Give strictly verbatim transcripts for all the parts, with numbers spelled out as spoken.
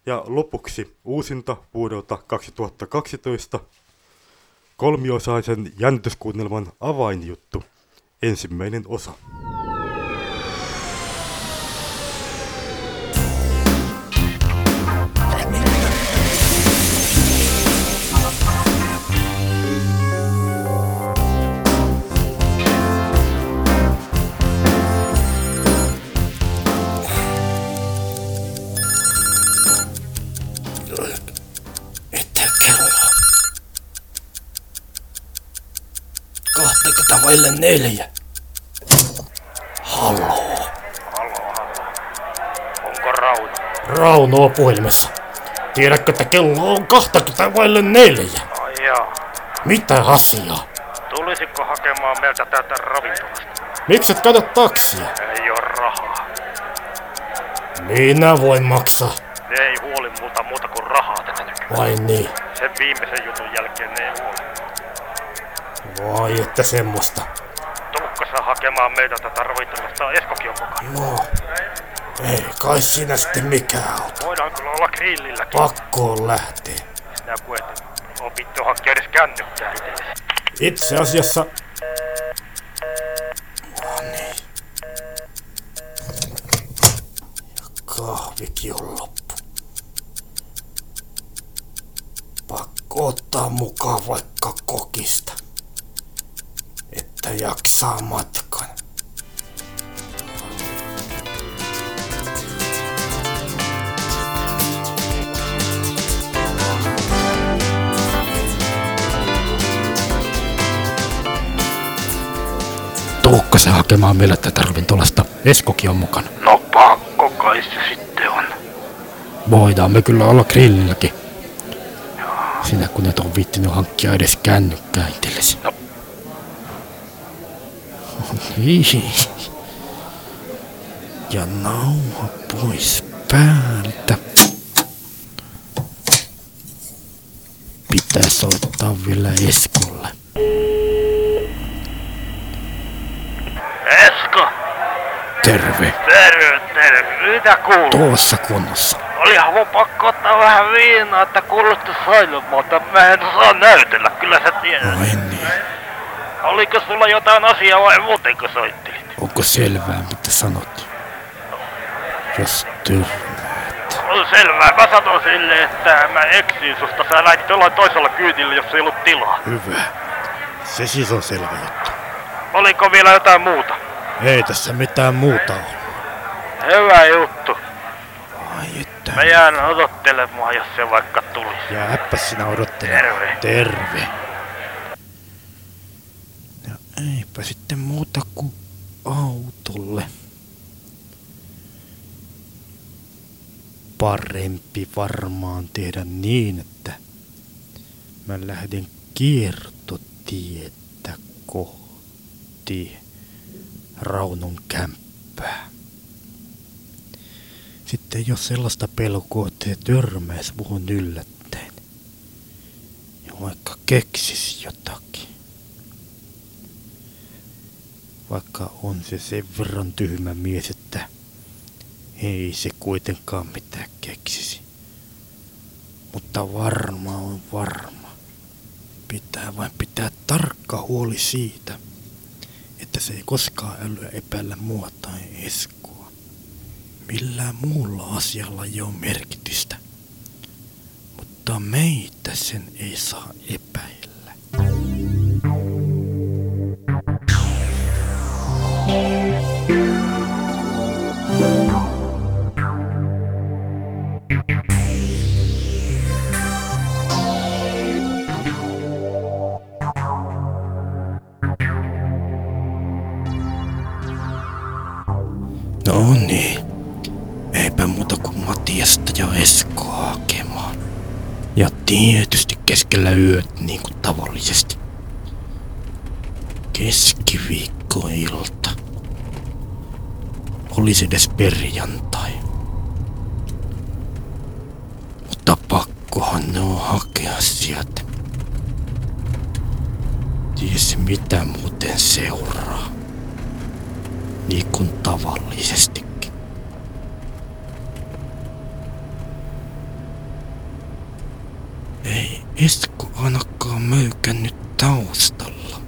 Ja lopuksi uusinta vuodelta kaksituhattakaksitoista, kolmiosaisen jännityskuunnelman avainjuttu, ensimmäinen osa. Kahtekymmentä vaille neljä. Haloo. Haloo, haloo. Onko Rauno? Rauno on puhelimessa. Tiedätkö, että kello on kaksikymmentä vaille neljä? Ai jaa. Mitä asiaa? Tulisitko hakemaan meiltä täältä ravintolasta? Mikset käytä taksia? Ei oo rahaa. Minä voin maksaa. Ne ei huoli multa muuta kuin rahaa tätä nykyään. Vai niin? Sen viimeisen jutun jälkeen ne ei huoli. Vai että semmoista. Tuukko sä hakemaan meiltä tätä ravintolasta? Eskokin on mukana. No, ei kai siinä sitten mikään auta. Voidaan kyllä olla grillilläkin. Pakko on lähteä. Sinä kun et opittu hankkia edes kännykkää itsellesi. Itse asiassa... No niin. Ja kahvikin on loppu. Pakko ottaa mukaan vaikka kokista, että jaksaa matkan. Tuukko se hakemaan meille tätä ravintolasta? Eskokin on mukana. No pakko kai se sitten on. Voidaan me kyllä olla grillilläkin. Sinä kun et on viittinyt hankkia edes kännykkää itsellesi. No. Niin. Ja nauha pois päältä. Pitää soittaa vielä Eskolle. Esko! Terve. Terve, terve. Mitä kuuluu? Tuossa kunnossa. Olihan mun pakko ottaa vähän viinaa, että kuulosti sailumalta. Mä en saa näytellä, kyllä sä tiedät. No en niin. Oliko sulla jotain asiaa vai muutenko soittelit? Onko selvää mitä sanot? Jos törmäät. On selvää. Mä sanon silleen, että mä eksin susta. Sä lähdit jollain toisella kyydillä, jos ei ollut tilaa. Hyvä. Se siis on selvä juttu. Oliko vielä jotain muuta? Ei tässä mitään muuta ole. Hyvä juttu. Ai että. Mä jään odottelemaan, jos se vaikka tulisi. Jääpä sinä odottelemaan. Terve. Terve. Ja eipä sitten muuta kuin autolle. Parempi varmaan tehdä niin, että mä lähden kiertotietä kohti Raunon kämppää. Sitten jos sellaista pelkoa, että törmäis muhun yllättäen. Ja vaikka keksis jotakin. Vaikka on se sen verran tyhmä mies, että ei se kuitenkaan mitään keksisi. Mutta varma on varma. Pitää vain pitää tarkka huoli siitä, että se ei koskaan älyä epäillä mua tai Eskoa. Millään muulla asialla ei ole merkitystä. Mutta meitä sen ei saa epäillä. No niin. Eipä muuta kuin Matiasta ja Eskoa hakemaan. Ja tietysti keskellä yöt niin kuin tavallisesti. Keskiviikkoilta. Olisi edes perjantai. Mutta pakkohan ne on hakea sieltä. Ties mitä muuten seuraa. Niin kuin tavallisestikin. Esko ainakaan möykännyt taustalla.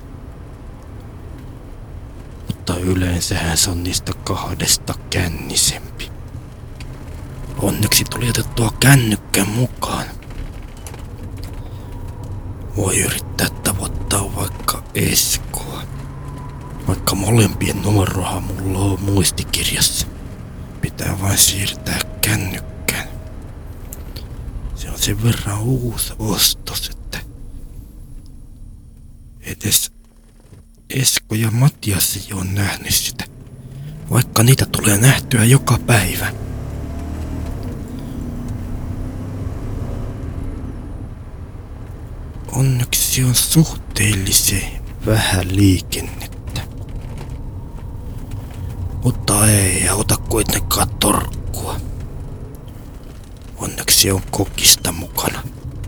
Mutta yleensähän se on niistä kahdesta kännisempi. Onneksi tuli otettua kännykkä mukaan. Voi yrittää tavoittaa vaikka Eskoa. Vaikka molempien numeroha mulla on muistikirjassa. Pitää vain siirtää kännykkään. Se on sen verran uusi ostos, että edes Esko ja Matias ei ole nähnyt sitä. Vaikka niitä tulee nähtyä joka päivä. Onneksi on suhteellisen vähän liikennettä. Mutta ei auta kuitenkaan torkkua. Onneksi on kokista mukana.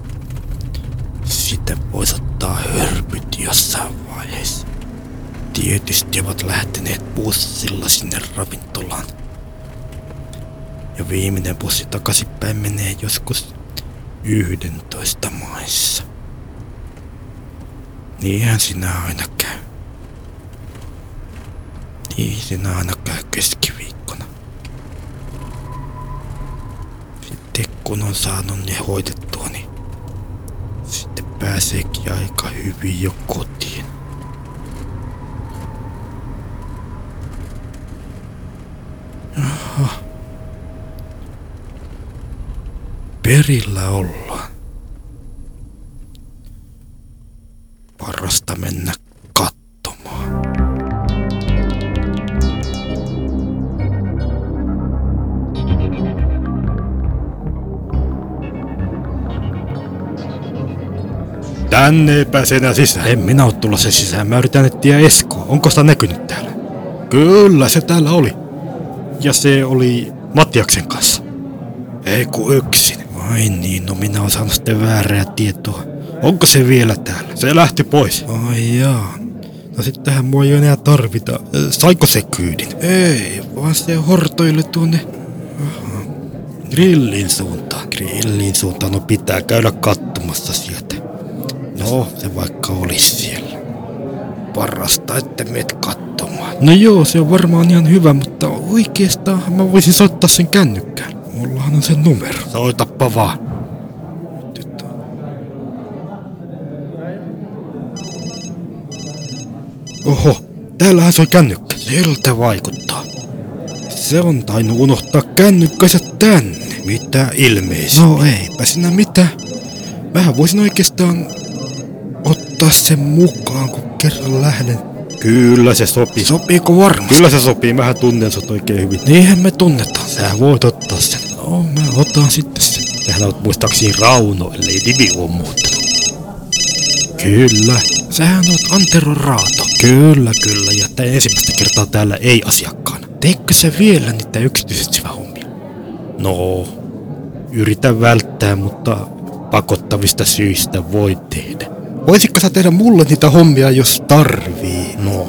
Sitä voisi ottaa hörpyt jossain vaiheessa. Tietysti ovat lähteneet bussilla sinne ravintolaan. Ja viimeinen bussi takaisinpäin menee joskus yhdentoista maissa. Niinhän sinä aina käy. Niin sinä aina käy keskiviikkona. Sitten kun on saanut ne hoitettua, niin sitten pääseekin aika hyvin jo kotiin. Jaha. Perillä ollaan. Parasta mennä katsomaan. Tänne ei pääse enää sisään. En minä oo tulla sen sisään. Mä yritän etsiä Eskoa. Onko sitä näkynyt täällä? Kyllä se täällä oli. Ja se oli Matiaksen kanssa. Ei ku yksin. Vai niin, no minä oon saanut sitten väärää tietoa. Onko se vielä täällä? Se lähti pois. Ai jaa. No sittenhän mua ei enää tarvita. Saiko se kyydin? Ei, vaan se hortoili tuonne aha, grillin suuntaan. Grillin suuntaan, no pitää käydä katsomassa sieltä. No, se vaikka olisi siellä. Parasta, että meet katsomaan. No joo, se on varmaan ihan hyvä, mutta oikeastaan mä voisin soittaa sen kännykkään. Mullahan on sen numero. Soitappa vaan. Oho, täällähän soi kännykkä. Siltä vaikuttaa. Se on tainnut unohtaa kännykkänsä tänne. Mitä ilmeisesti? No eipä sinä mitään. Mähän voisin oikeastaan ottaa sen mukaan, kun kerran lähden. Kyllä se sopii. Sopiiko varmasti? Kyllä se sopii, mähän tunnen sut oikein hyvin. Niinhän me tunnetaan. Sä voit ottaa sen. No, mä otan sitten sen. Sähän oot muistaakseni Rauno, ellei nimi oo muuttanut. Kyllä. Sähän oot Antero Raato. Kyllä, kyllä. Ja tää ensimmäistä kertaa täällä ei asiakkaana. Teekö sä vielä niitä yksityiset hommia? No, yritän välttää, mutta pakottavista syistä voi tehdä. Voisitko sä tehdä mulle niitä hommia, jos tarvii? No.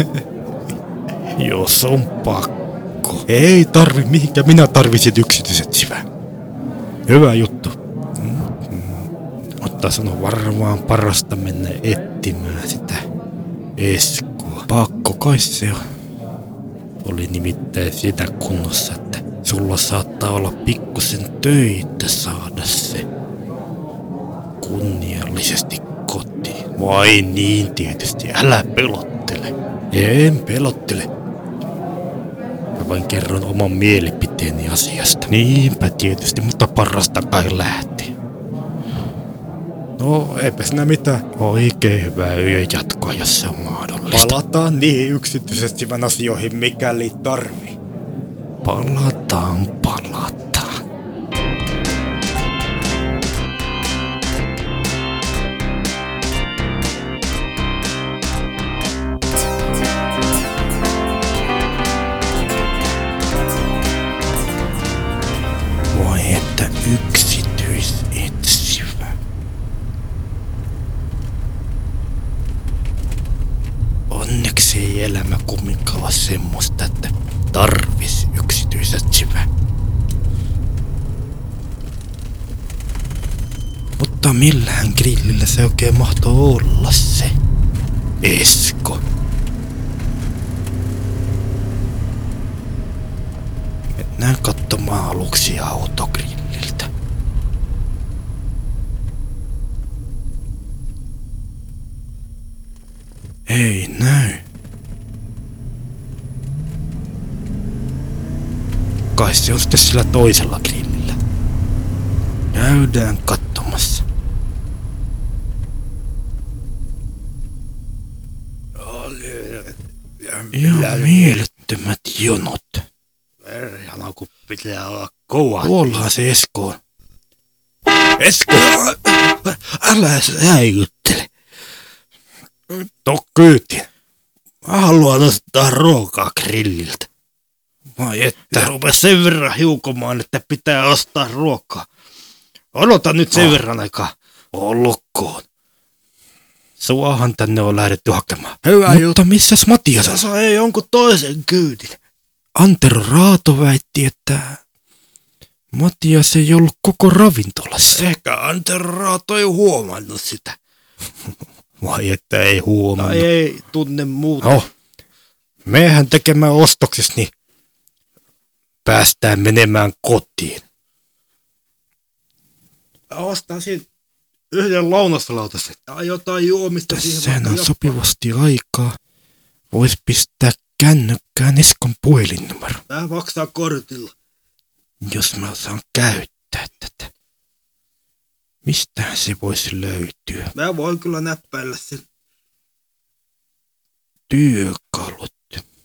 Jos on pakko. Ei tarvi mihinkään, minä tarvisin yksityiset syvää. Hyvä juttu. Mutta sanon varmaan parasta mennä etsimään sitä Eskoa. Pakko kai se on. Oli nimittäin sitä kunnossa, että sulla saattaa olla pikkusen töitä saada se kunniallisesti kotiin. Vai niin tietysti, älä pelottele. En pelottele. Mä vain kerron oman mielipiteeni asiasta. Niinpä tietysti, mutta parasta kai lähtee. No, eipä sinä mitään. Oikein hyvää yön jatkoa, jos se on mahdollista. Palataan niihin yksityisesti asioihin, mikäli tarvii. Palataan, palataan. Voi että yksityisetsivä. Onneksi ei elämä kumminkaan ole semmoista, että tarvis yksityisetsivä. Mutta Mutta millähän grillillä se oikein mahtoo olla se Esko? Mennään katsomaan aluksi autogrilliltä. Ei näy. Kai se on sitten sillä toisella grillillä. Käydään katsomassa. Ihan mielettömät jonot. Perhana, kun pitää olla kova. Tuollahan se Esko on. Esko! Älä säikyttele. No kyytiin. Mä haluan ostaa ruokaa grilliltä. Vai että. Rupes sen verran hiukomaan, että pitää ostaa ruokaa. Odota nyt sen Ah. verran aikaa. Olkoon. Suahan tänne on lähdetty hakemaan. Hyvä Mutta juttu. missäs Matias Sä on? sai jonkun toisen kyydin. Antero Raato väitti, että Matias ei ollut koko ravintolassa. Ehkä Antero Raato ei huomannut sitä. Vai että ei huomannut. Tai ei tunne muuta. No, mehän tekemään ostoksissa, niin päästään menemään kotiin. Mä ostaisin yhden lounaslautasen tai jotain juomista siihen. Tässähän vaikka on sopivasti aikaa. Vois pistää kännykkään Eskon puhelinnumero, Mä maksaa kortilla. jos mä saan käyttää tätä. Mistähän se voisi löytyä? Mä voin kyllä näppäillä sen. Työkalut.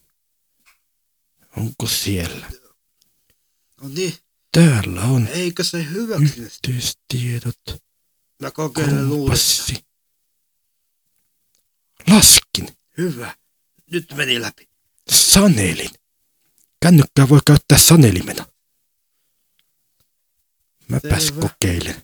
Onko siellä? No niin, Täällä on eikö se hyväksy? yhteystiedot. Mä kokeilen uudestaan. Kompassi. Laskin. Hyvä. Nyt meni läpi. Sanelin. Kännykkää voi käyttää sanelimena. Mäpäs Selvä. kokeilen.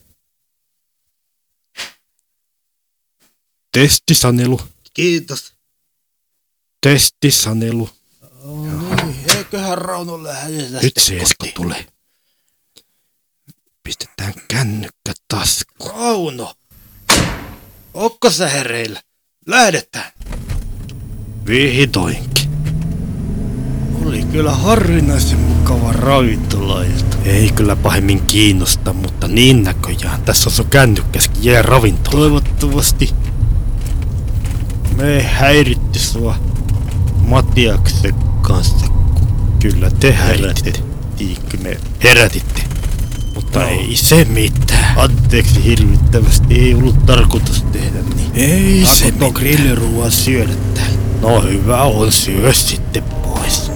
Testisanelu. Kiitos. Testisanelu. Oh, niin, eiköhän Rauno lähde Nyt se Esko tulee. Pistetään kännykkä taskuun. Rauno! Ootko sä hereillä? Lähdetään. Vihdoinkin. Oli kyllä harvinaisen mukava ravintolailta. Ei kyllä pahemmin kiinnosta, mutta niin näköjään. Tässä on sun kännykkäskin jää ravintola. Toivottavasti me ei häiritti sua Matiaksen kanssa, kun Kyllä te häirititte. herätettiinkö me. Herätitte. Mutta No. ei se mitään. Anteeksi hirvittävästi, ei ollut tarkoitus tehdä niin. Ei se Saanko mitään. grilliruuan syödä täällä? No hyvä on, syö sitten pois.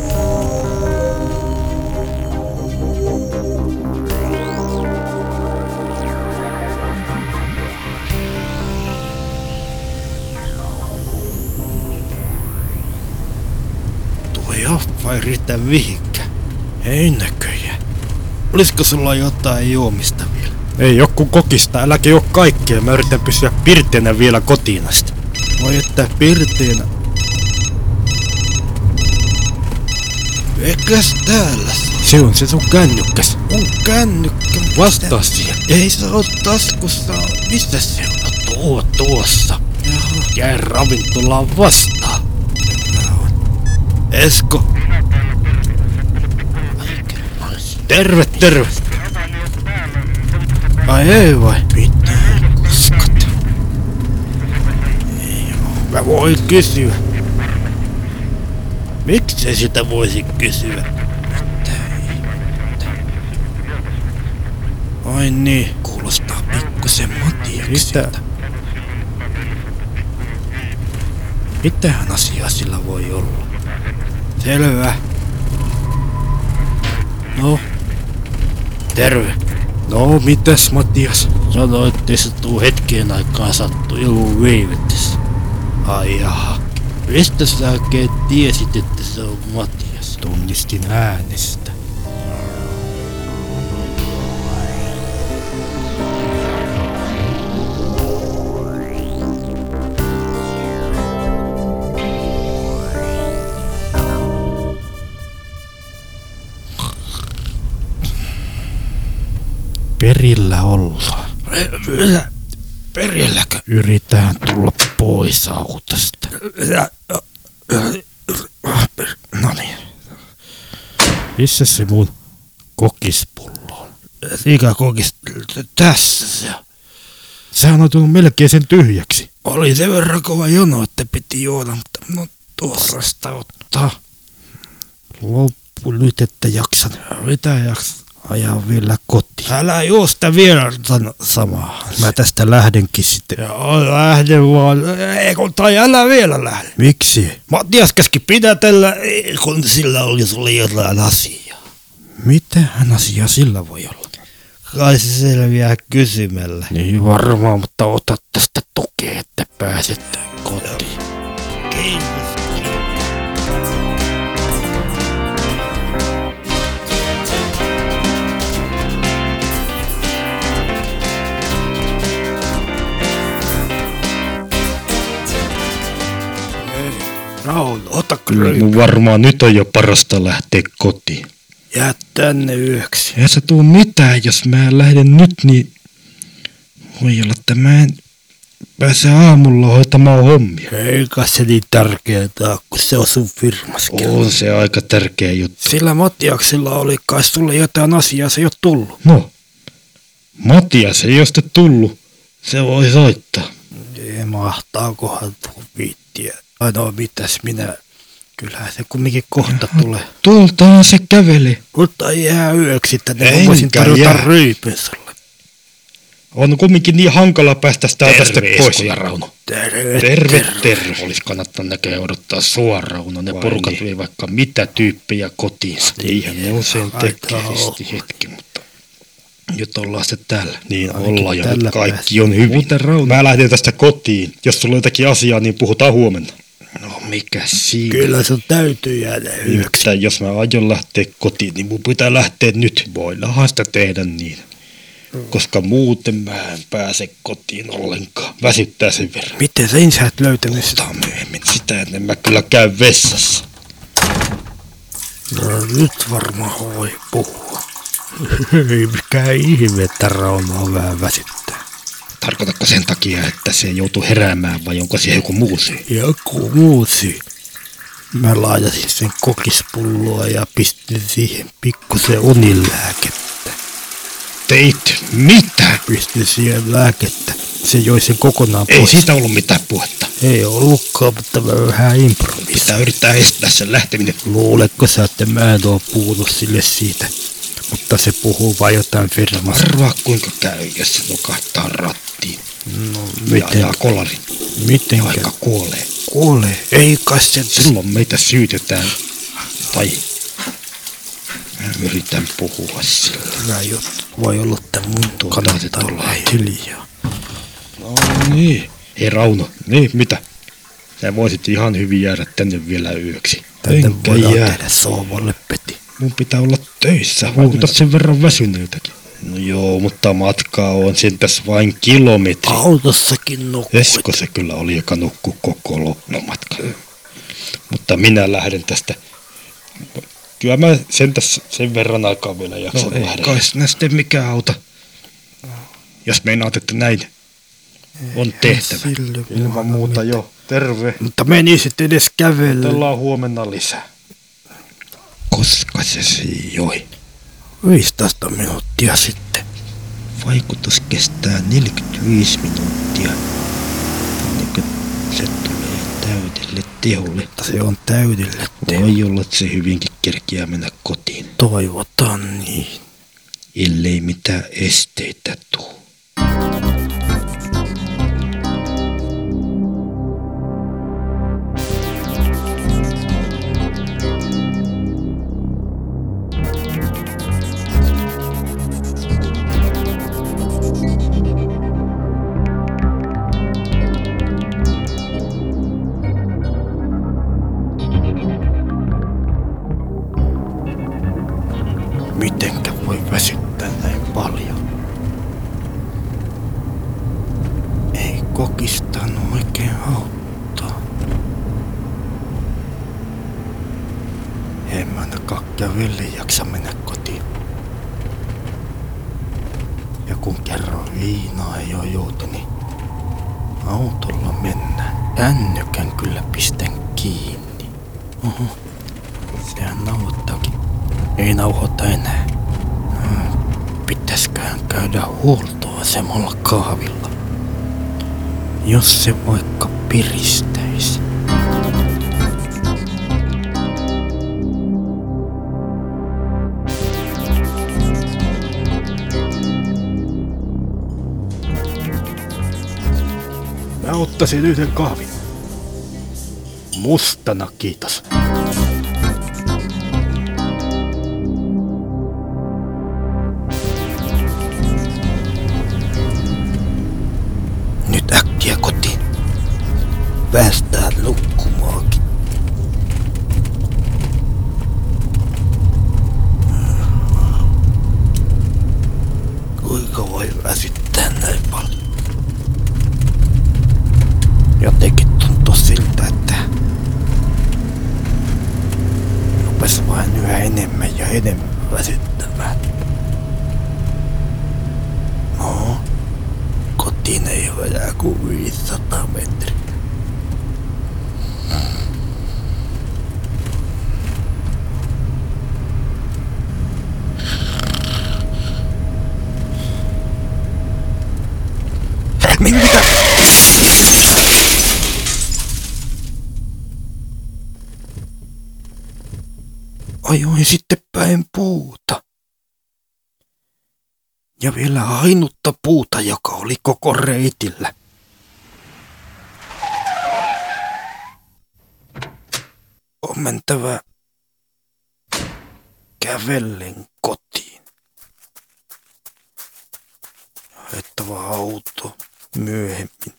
Tuo jaffa ei riitä mihinkään. Ei näköjään. Olisiko sulla jotain juomista vielä? Ei joku kokista, äläkä jo kaikkea. Mä yritän pysyä pirteänä vielä kotiin asti. Voi että pirteenä. Eikös täällä se? Se on se sun kännykkäs. Mun kännykkä. Vastaa siihen. Ei se oo taskussa. Missä se on? No tuo tuossa. Jaha. Jää ravintolaan vastaan. Mä oon. Esko. Terve, terve. Ai ei vai? Pitää kuskata. Mä voin kysyä. Miksi sitä voisi kysyä? Ai niin, kuulostaa pikkusen Matiaksilta. Mitähän asiaa sillä voi olla? Selvä. No, Terve. no mitäs Matias? Sanoit, ettei se tuu hetkeen aikaan sattu joku veivettässä. Ai jaha, Mistä sä oikein tiesit, että se on Matias? tunnistin äänestä. Perillä ollaan. Älä, Perjelläkö? Yritään tulla pois autosta. No niin. Missä se mun kokispullo on? Mikä kokis? Tässä se on. Sehän on tullut melkein sen tyhjäksi. Oli sen verran kova jono, että piti juoda, mutta no tuosta ottaa. Loppu nyt, että jaksan. Mitä jaksan? Ajaa vielä kotiin. Älä juosta vielä sano samaa. Mä tästä lähdenkin sitten. Joo, lähden vaan. Ei kun tai älä vielä lähde. Miksi? Matias käski pidätellä, kun sillä oli sulle jotain asiaa. Mitähän asiaa sillä voi olla? Kai se selviää kysymällä. Niin varmaan, mutta ota tästä tukea, että pääset kotiin. Kiitos. Rauno, ota kyllä. Mun varmaan nyt on jo parasta lähteä kotiin. Jää tänne yöksi. Ei se tuu mitään, jos mä lähden nyt, niin voi olla, että mä en pääse aamulla hoitamaan hommia. Eikä se niin tärkeää, kun se on sun firmaskin. On se aika tärkeä juttu. Sillä Matiaksella oli kai sulle jotain asiaa, se ei ole tullut. No, Matias ei ole sitten tullut. Se voi soittaa. Ei mahtaakohan tuon viittiä. Ainoa mitäs minä. Kyllähän se kumminkin kohta tulee. Tuoltahan se käveli. Mutta jää yöksi, että ne Enkä voisin tarjota jää. ryypyn sulle. On kumminkin niin hankala päästä sitä tästä Terve, pois. Esko ja Rauno. Terve, Terve, terve. Olisi kannattanut näköjään odottaa sua, Rauno. Ne Vai porukat niin? vei vaikka mitä tyyppejä kotiinsa. Niinhän ne usein tekee. Kesti hetki, mutta nyt ollaan sitten täällä. Niin Ainakin ollaan ja tällä nyt kaikki päästä. on hyvin. Muuten, Rauno. Mä lähden tästä kotiin. Jos sulla on jotakin asiaa, niin puhutaan huomenna. No mikä siinä? Kyllä sun täytyy jäädä yöksi. Että jos mä aion lähteä kotiin, niin mun pitää lähteä nyt. Voidaanhan sitä tehdä niin. Koska muuten mä en pääse kotiin ollenkaan. Väsyttää sen verran. Miten sä sä et löytänyt sitä? Puhutaan myöhemmin. Sitä ennen mä kyllä käyn vessassa. No, nyt varmaan voi puhua. Ei mikään ihme, että Raunoa vähän väsyttää. Tarkoitatko sen takia, että se joutuu heräämään vai onko siihen joku muu syy? Joku muu syy. Mä laajasin sen kokispulloa ja pistin siihen pikkusen unilääkettä. Teit mitä? Pistin siihen lääkettä. Se joi sen kokonaan Ei pois. siitä ollut mitään puhetta. Ei ollutkaan, mutta mä vähän improvisoin. Pitää yrittää estää sen lähteminen. Luuletko sä, että mä en oo puhunut sille siitä? Mutta se puhuu vain jotain firmasta. Arvaa kuinka käy, jos se nukahtaa rattiin. No, Ja miten? ajaa kolarin. Miten? Vaikka kuolee. Kuolee. Ei kai se... Silloin meitä syytetään. Tai mä yritän puhua sillä. Hyvä juttu. Voi olla, että mun kannattaa olla hiljaa. No niin. Hei Rauno. Niin, mitä? Sä voisit ihan hyvin jäädä tänne vielä yöksi. Tätä Enkä voidaan jää. tehdä sohvalle, Peti. Mun pitää olla töissä. Vaikutat sen verran väsyneeltäkin. No joo, mutta matkaa on sen tässä vain kilometri. Autossakin nukkui. Esko se kyllä oli, joka nukkui koko loppumatka. Mutta minä lähden tästä. Kyllä mä sen, tässä, sen verran aikaa vielä jaksan no, lähdä. Kai sinä sitten mikään auta. Jos meinaat, että näin on tehtävä. Sille Ilman muuta jo. Terve. Mutta menisit edes kävellä. Otellaan huomenna lisää. Koska se joi? viisitoista minuuttia sitten. Vaikutus kestää neljäkymmentäviisi minuuttia. Ennen kuin se tulee täydelle teholle. Se on täydelle. Voi olla, että se hyvinkin kerkiää mennä kotiin. Toivotaan niin. Ellei mitään esteitä tuu. Mitenkä voi väsyttää näin paljon? Ei kokistaan oikein auttaa. En mä ainakaan kävelle jaksa mennä kotiin. Ja kun kerran viinaa ei oo joutu, niin autolla mennään. Kännykän kyllä pistän kiinni. Oho, sehän nauhoittaakin. Ei nauhoita enää. Pitäisköhän käydä huoltoasemalla kahvilla. Jos se vaikka piristäisi. Mä ottaisin yhden kahvin. Mustana, kiitos. Nyt äkkiä kotiin. Päästään nukkumaakin. Kuinka voi väsyttää näin paljon? Jotenkin tuntuu siltä, että rupes vain yhä enemmän ja enemmän väsyttämään. No, kotiin ei ole enää kuin viisisataa metriä. Mitä? Ajoin sitten päin puuta. Ja vielä ainutta puuta, joka oli koko reitillä. On mentävä kävellen kotiin. Haettava auto myöhemmin.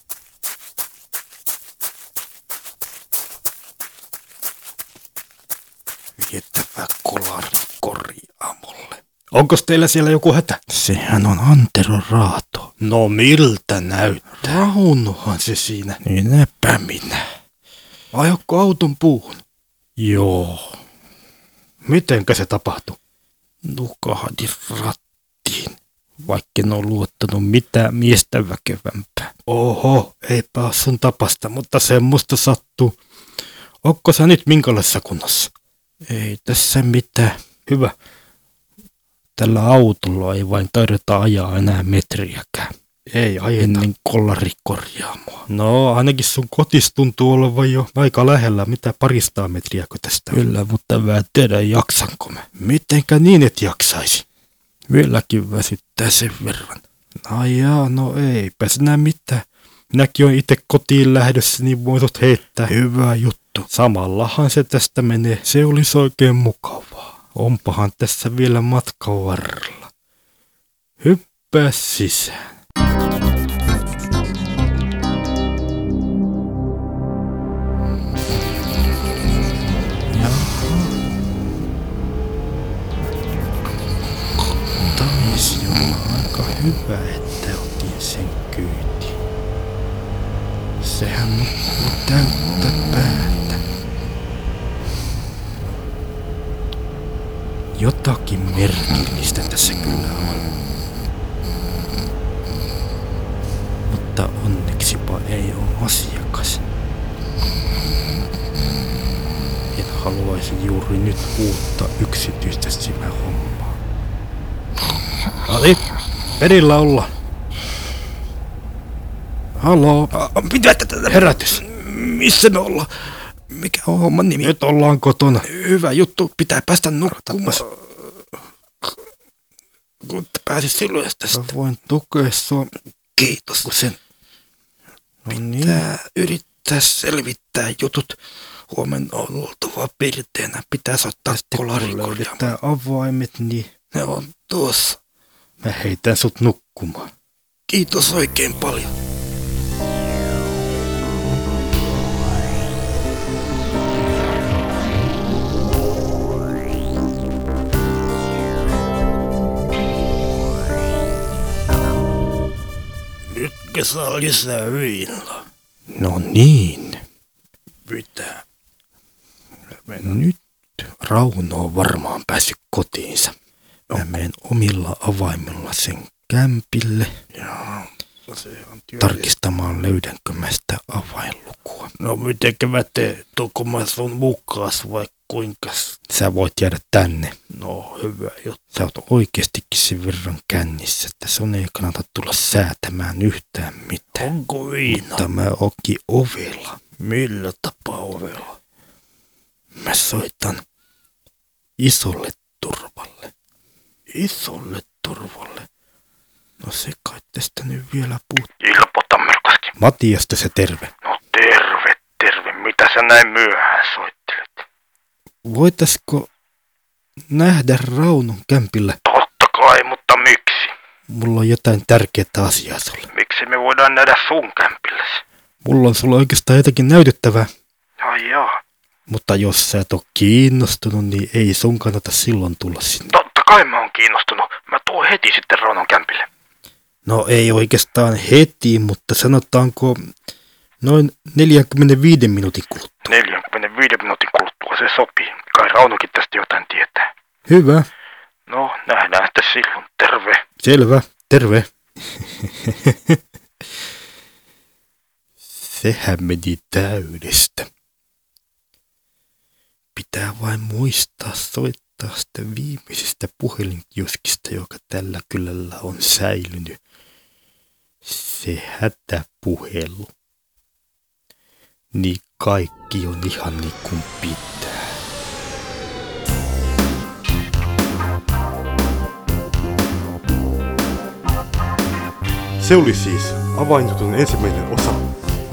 Viettävä kolari korjaamolle. Onkos teillä siellä joku hätä? Sehän on Antero Raato. No miltä näyttää? Raunohan se siinä. Niinpä minä. Ajokko auton puuhun? Joo. Mitenkä se tapahtui? Nukahdin rattiin, vaikken ole luottanut mitään miestä väkevämpää. Oho, eipä ole sun tapasta, mutta semmoista sattuu. Onko sä nyt minkälaisessa kunnossa? Ei tässä mitään. Hyvä. Tällä autolla ei vain taideta ajaa enää metriäkään. Ei ajeta. Ennen kolarikorjaamoa. No ainakin sun kotis tuntuu olevan jo aika lähellä. Mitä paristaa metriäkö tästä? Kyllä, mutta mä en tiedä jaksanko mä. Mitenkä niin et jaksaisi? Vieläkin väsyttää sen verran. No jaa, no eipä sinä mitään. Minäkin on itse kotiin lähdössä, niin voitot heittää. Hyvä juttu. Samallahan se tästä menee. Se olisi oikein mukavaa. Onpahan tässä vielä matkan varrella. Hyppää sisään. Jaha. Taisi olla aika hyvä, että otin sen kyytiin. Sehän nukkuu täyttä päätä. Jotakin merkillistä tässä kyllä on. Mutta onneksipa ei ole asiakas. En haluaisi juuri nyt uutta yksityistä sivähommaa. Ali, perillä olla. Haloo. Mitä tätä herätys? Missä me ollaan? Mikä on homman nimi? Nyt ollaan kotona. Hyvä juttu, pitää päästä nukkumaan. Kun pääsis silloin tästä. Voin tukea sua. Kiitos sen. No niin. Pitää yrittää selvittää jutut. Huomenna on oltava pirteänä. Pitäisi ottaa kolarikorjaamaan. Löydetään avaimet, niin ne on tuossa. Mä heitän sut nukkumaan. Kiitos oikein paljon. Nytkö saa lisää viinaa? No niin. Mitä? Nyt Rauno on varmaan päässyt kotiinsa. Mä menen omilla avaimilla sen kämpille. Ja tarkistamaan, löydänkö mä sitä avainlukua. No mitenkä mä teen, tuoko mä sun mukaas vai kuinkas? Sä voit jäädä tänne. No hyvä juttu. Sä oot oikeestikin sen verran kännissä, että sun ei kannata tulla säätämään yhtään mitään. Onko viina? Mutta mä oonkin ovella. Millä tapaa ovella? Mä soitan isolle turvalle. Isolle turvalle? No se kai tästä nyt vielä puuttuu. Ilmoita melkoisesti. Matiasta se terve. No terve, terve. Mitä sä näin myöhään soittelet? Voitaisko nähdä Raunon kämpillä? Totta kai, mutta miksi? Mulla on jotain tärkeää asiaa sulle. Miksi me voidaan nähdä sun kämpilläsi? Mulla on sulla oikeastaan jotakin näytettävää. Ai jaa. Mutta jos sä et oo kiinnostunut, niin ei sun kannata silloin tulla sinne. Totta kai mä oon kiinnostunut. Mä tuun heti sitten Raunon kämpille. No ei oikeastaan heti, mutta sanotaanko noin neljänkymmenenviiden minuutin kuluttua. neljänkymmenenviiden minuutin kuluttua se sopii. Kai Raunokin tästä jotain tietää. Hyvä. No, nähdään sitten silloin. Terve. Selvä. Terve. Sehän meni täydestä. Pitää vain muistaa soittaa sitä viimeisestä puhelinkioskista, joka tällä kylällä on säilynyt. Se hätäpuhelu. Niin kaikki on ihan niin kuin pitää. Se oli siis avainjutun ensimmäinen osa.